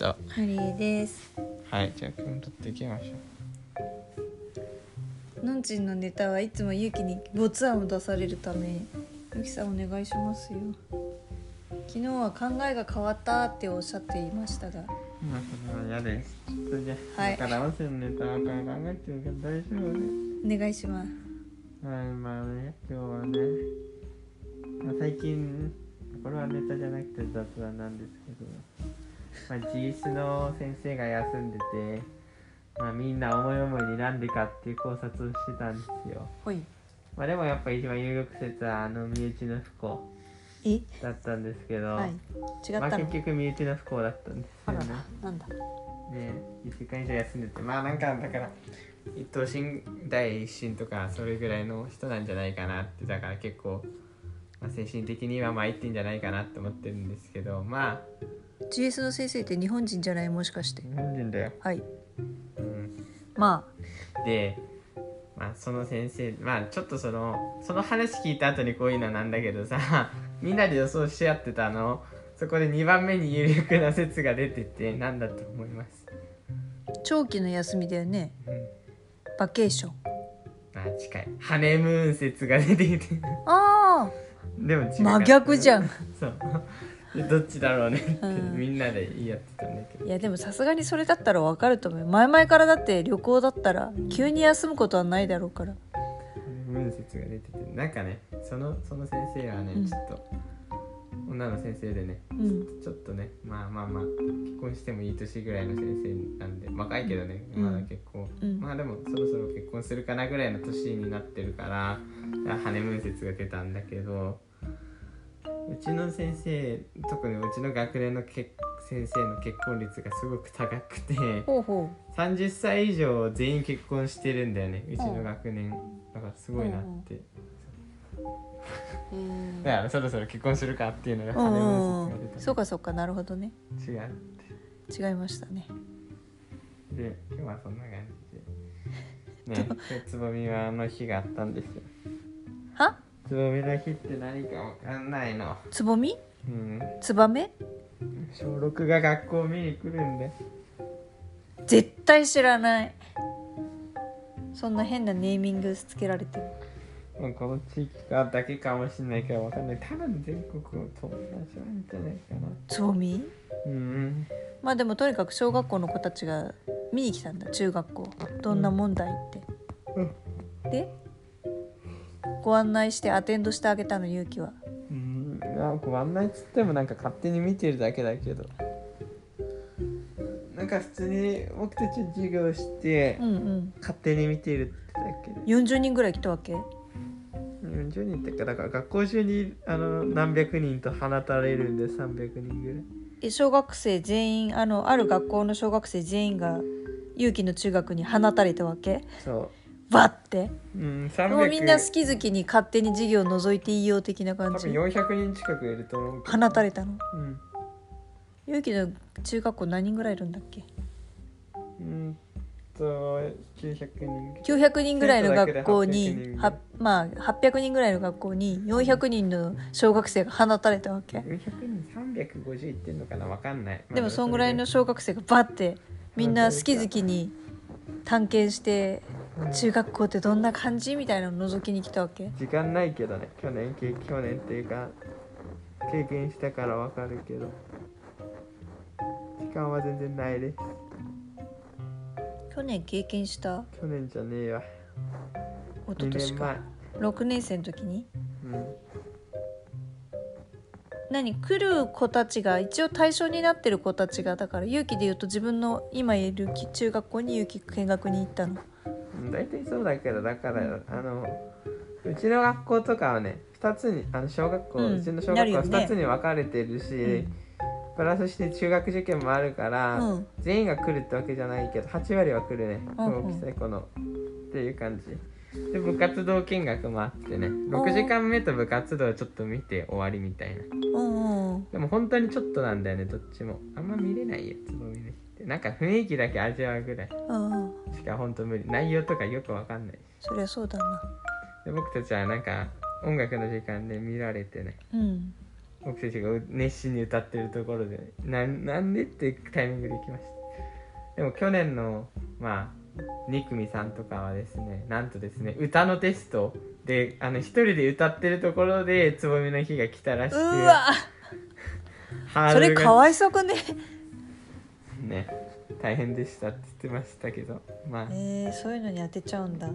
とハリーです。 はい、じゃあ今日撮っていきましょのんちんのネタはいつもゆきに没案を出されるため、ゆきさんお願いしますよ。昨日は考えが変わったっておっしゃっていましたが、 う。まあそれは嫌です。ちょっとじゃあ、 はいだから合わせのネタは考えてるから大丈夫ね。 お願いします。 はい、まあね、今日はね、最近これはネタじゃなくて雑談なんですけど、GS の先生が休んでて、みんな思い思いになんでかっていう考察をしてたんですよ。 ほい。 でもやっぱ一番有力説は身内の不幸だったんですけど、 はい、違ったの。 結局身内の不幸だったんですあらよね。 なんだ。 で、1週間以上休んでて、なんかだから一等身第一審とかそれぐらいの人なんじゃないかなって、だから結構、精神的には参ってんじゃないかなって思ってるんですけど、 GS の先生って日本人じゃない？もしかして。 日本人だよ。 はい。 まあで、その先生、ちょっとその話聞いた後にこういうのなんだけどさ、みんなで予想し合ってたの、そこで2番目に有力な説が出てて、なんだと思います？ 長期の休みだよね。バケーション。 近い。ハネムーン説が出てきてあでも違う。 真逆じゃん。 そうでどっちだろうねってみんなで言い合ってたんだけど、 いやでもさすがにそれだったらわかると思うよ。前々からだって旅行だったら急に休むことはないだろうから。 ハネムーン説が出てて、なんかね、その先生はね、ちょっと女の先生でね、ちょっとね、結婚してもいい年ぐらいの先生なんで、若いけどね、まだ結構、でもそろそろ結婚するかなぐらいの年になってるから、ハネムーン説が出たんだけど、うちの先生、特にうちの学年の先生の結婚率がすごく高くて、30歳以上全員結婚してるんだよね、うちの学年。だからすごいなって。だからそろそろ結婚するかっていうのがハネムーン説が出た。 そうかなるほどね。 違いましたね。 で、今日はそんな感じでね、つぼみは日があったんですよ。 は？ つぼみの日って何かわかんないの。 つぼみ？ツバメ？ 小6が学校見に来るんで。 絶対知らない。そんな変なネーミングつけられてる。 この地域だけかもしれないからわかんない。多分全国の友達なんじゃないかな。 つぼみ？でもとにかく小学校の子たちが見に来たんだ。中学校どんな問題って、でご案内してアテンドしてあげたの、勇気は。 ご案内っつっても勝手に見てるだけだけど、普通に僕たち授業して、勝手に見てるってだけで。 40人ぐらい来たわけ ？40人ってか、だから学校中に何百人と放たれるんで、300人ぐらい。 小学生全員、ある学校の小学生全員が勇気の中学に放たれたわけ。 そうバッて、 300。 もうみんな好き好きに勝手に授業を覗いていいよ的な感じ。 多分400人近くいると思うけど。 放たれたの。勇気の中学校何人ぐらいいるんだっけ？900人ぐらいの学校に800人ぐらいの学校に400人の小学生が放たれたわけ。 400人350いってんのかな、分かんない。 でもそんぐらいの小学生がバッてみんな好き好きに探検して、中学校ってどんな感じみたいなのを覗きに来たわけ。 時間ないけどね、去年っていうか経験したから分かるけど、時間は全然ないです。 去年経験した？ 去年じゃねえわ、 一昨年か。6年生の時に、来る子たちが一応対象になってる子たちが、だから勇気で言うと自分の今いる中学校に勇気見学に行ったの。 大体そうだけど、だからうちの学校とかはね、2つに小学校、うちの小学校は2つに分かれてるし、プラスして中学受験もあるから、全員が来るってわけじゃないけど8割は来るね、大きさこのっていう感じで、部活動見学もあってね、6時間目と部活動をちょっと見て終わりみたいな。でも本当にちょっとなんだよね、どっちもあんま見れないよ、つぼみの日って。雰囲気だけ味わうぐらいしか本当無理。内容とかよくわかんない。 そりゃそうだな。 で僕たちは音楽の時間で見られてね、 僕たちが熱心に歌ってるところでなんでってタイミングで来ました。でも去年のまあ2組さんとかはですね、なんとですね歌のテストで一人で歌ってるところでつぼみの日が来たらしく、 うわそれかわいそうくねね、大変でしたって言ってましたけど、まあそういうのに当てちゃうんだ、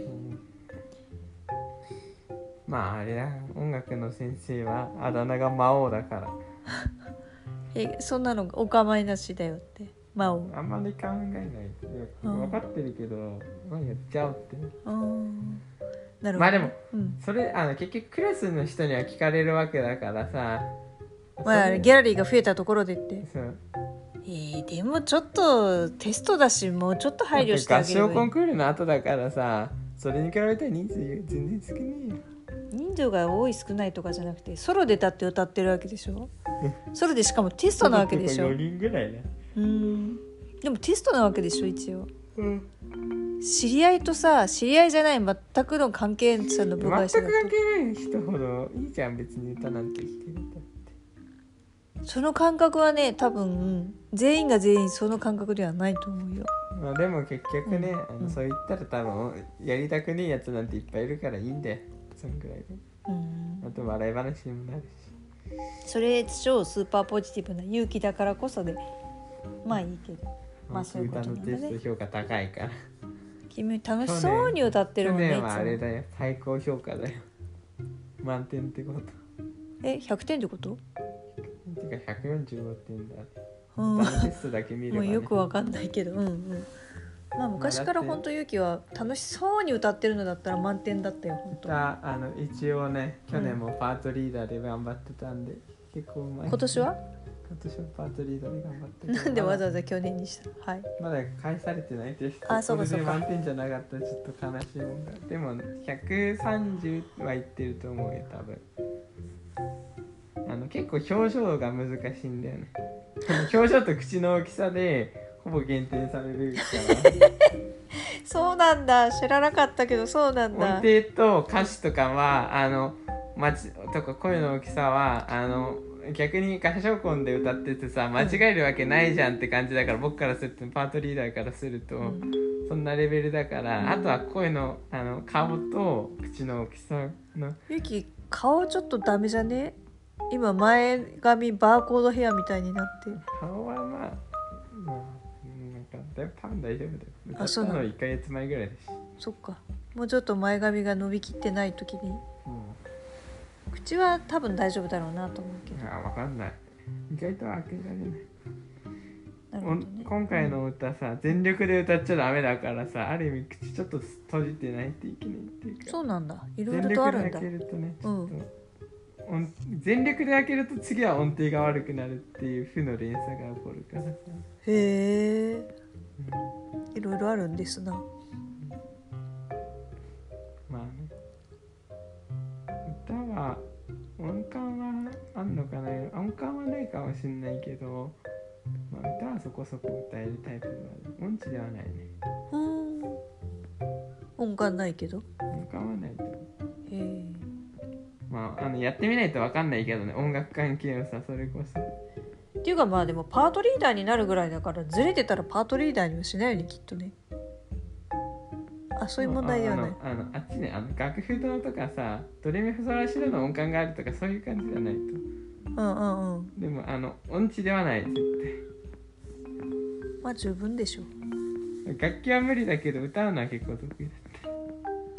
まああれだ、音楽の先生はあだ名が魔王だからそんなのお構いなしだよって魔王あんまり考えない分かってるけど、まあ、やっちゃおうってね。 なるほど。 まあでも、それ結局クラスの人には聞かれるわけだからさ、 まあギャラリーが増えたところでってそうでもちょっとテストだしもうちょっと配慮してあげる。 合唱コンクールの後だからさ、それに比べたら人数全然少ないよ。 人数が多い少ないとかじゃなくてソロで歌ってるわけでしょソロでしかもテストなわけでしょ。 4人ぐらいね。 でもテストなわけでしょ一応、知り合いとさ知り合いじゃない全くの関係者の部外者だと全く関係ない人ほどいいじゃん別に歌なんて弾けるんだって。 その感覚はね多分全員が全員その感覚ではないと思うよ。 まあでも結局ね、そう言ったら多分やりたくねえやつなんていっぱいいるからいいんだよそんぐらいで。あと笑い話にもなるし、 それ超スーパーポジティブな勇気だからこそでまあいいけど、まあそういうことなんだね。 歌のテスト評価高いから君楽しそうに歌ってるもんね。 去年はあれだよ最高評価だよ満点ってこと。 100点ってこと？ てか145点だ。歌のテストだけ見れば、ね、 もうよくわかんないけど、まあ昔から本当勇気は楽しそうに歌ってるのだったら満点だったよ本当。 一応ね去年もパートリーダーで頑張ってたんで、結構うまい。 今年はパートリーダーで頑張ってる。 なんでわざわざ去年にした？はい。 まだ返されてないテスト。 そうかそうか。 満点じゃなかったらちょっと悲しいもんだ。でも130はいってると思うよ多分。結構表情が難しいんだよね。表情と口の大きさでほぼ減点されるからそうなんだ、知らなかったけどそうなんだ。 音程と歌詞とかはとか声の大きさは逆に歌唱コンで歌っててさ間違えるわけないじゃんって感じだから、僕からするとパートリーダーからすると、そんなレベルだから、あとは声の顔と口の大きさの。 ゆき顔ちょっとダメじゃね？今前髪バーコードヘアみたいになって。 顔はまあなんか多分大丈夫だよ。歌ったの1ヶ月前ぐらいだし。 そっか、もうちょっと前髪が伸びきってない時に、口は多分大丈夫だろうなと思うけど。 分かんない、意外と開けられない。 なるほどね。 今回の歌さ、全力で歌っちゃダメだからさ、ある意味口ちょっと閉じてないといけないっていうか。 そうなんだ、いろいろとあるんだ。 全力で開けるとね、ちょっと全力で開けると次は音程が悪くなるっていう負の連鎖が起こるからさ。 へえ、いろいろあるんですな。 まあね、歌は音感はあんのかな。音感はないかもしれないけど、まあ、歌はそこそこ歌えるタイプではある。音痴ではないね。 音感ないけど。 音感はないと。へえ。 まあやってみないと分かんないけどね、音楽関係のさ、それこそ。 っていうかまあでもパートリーダーになるぐらいだから、ずれてたらパートリーダーにはしないよねきっとね。そういう問題ではない。 あっちね、楽譜堂とかさ、ドレミファソラシドの音感があるとかそういう感じじゃないと。でも音痴ではない絶対。 まあ十分でしょ。 楽器は無理だけど歌うのは結構得意だった。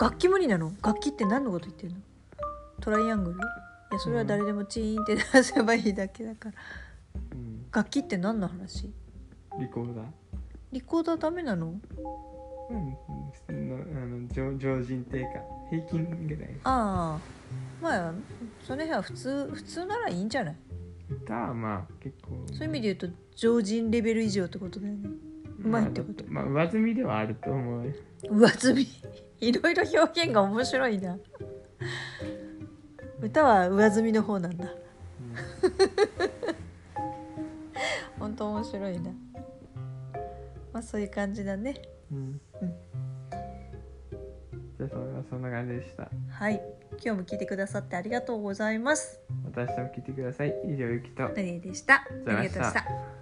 楽器無理なの？楽器って何のこと言ってるの？トライアングル？いやそれは誰でもチーンって出せばいいだけだから、楽器って何の話？ リコーダー。 リコーダーダメなの？ 常人っていうか平均ぐらい。 まあその辺は普通ならいいんじゃない？ 歌はまあ結構そういう意味で言うと常人レベル以上ってことだよね。うまいってこと。 まあ上積みではあると思うよ。 上積みいろいろ表現が面白いな。歌は上積みの方なんだ。本当面白いな。まあそういう感じだね。 じゃあそんな感じでした。 はい、今日も聞いてくださってありがとうございます。 また明日も聞いてください。以上ゆきとなりえでした。ありがとうございました。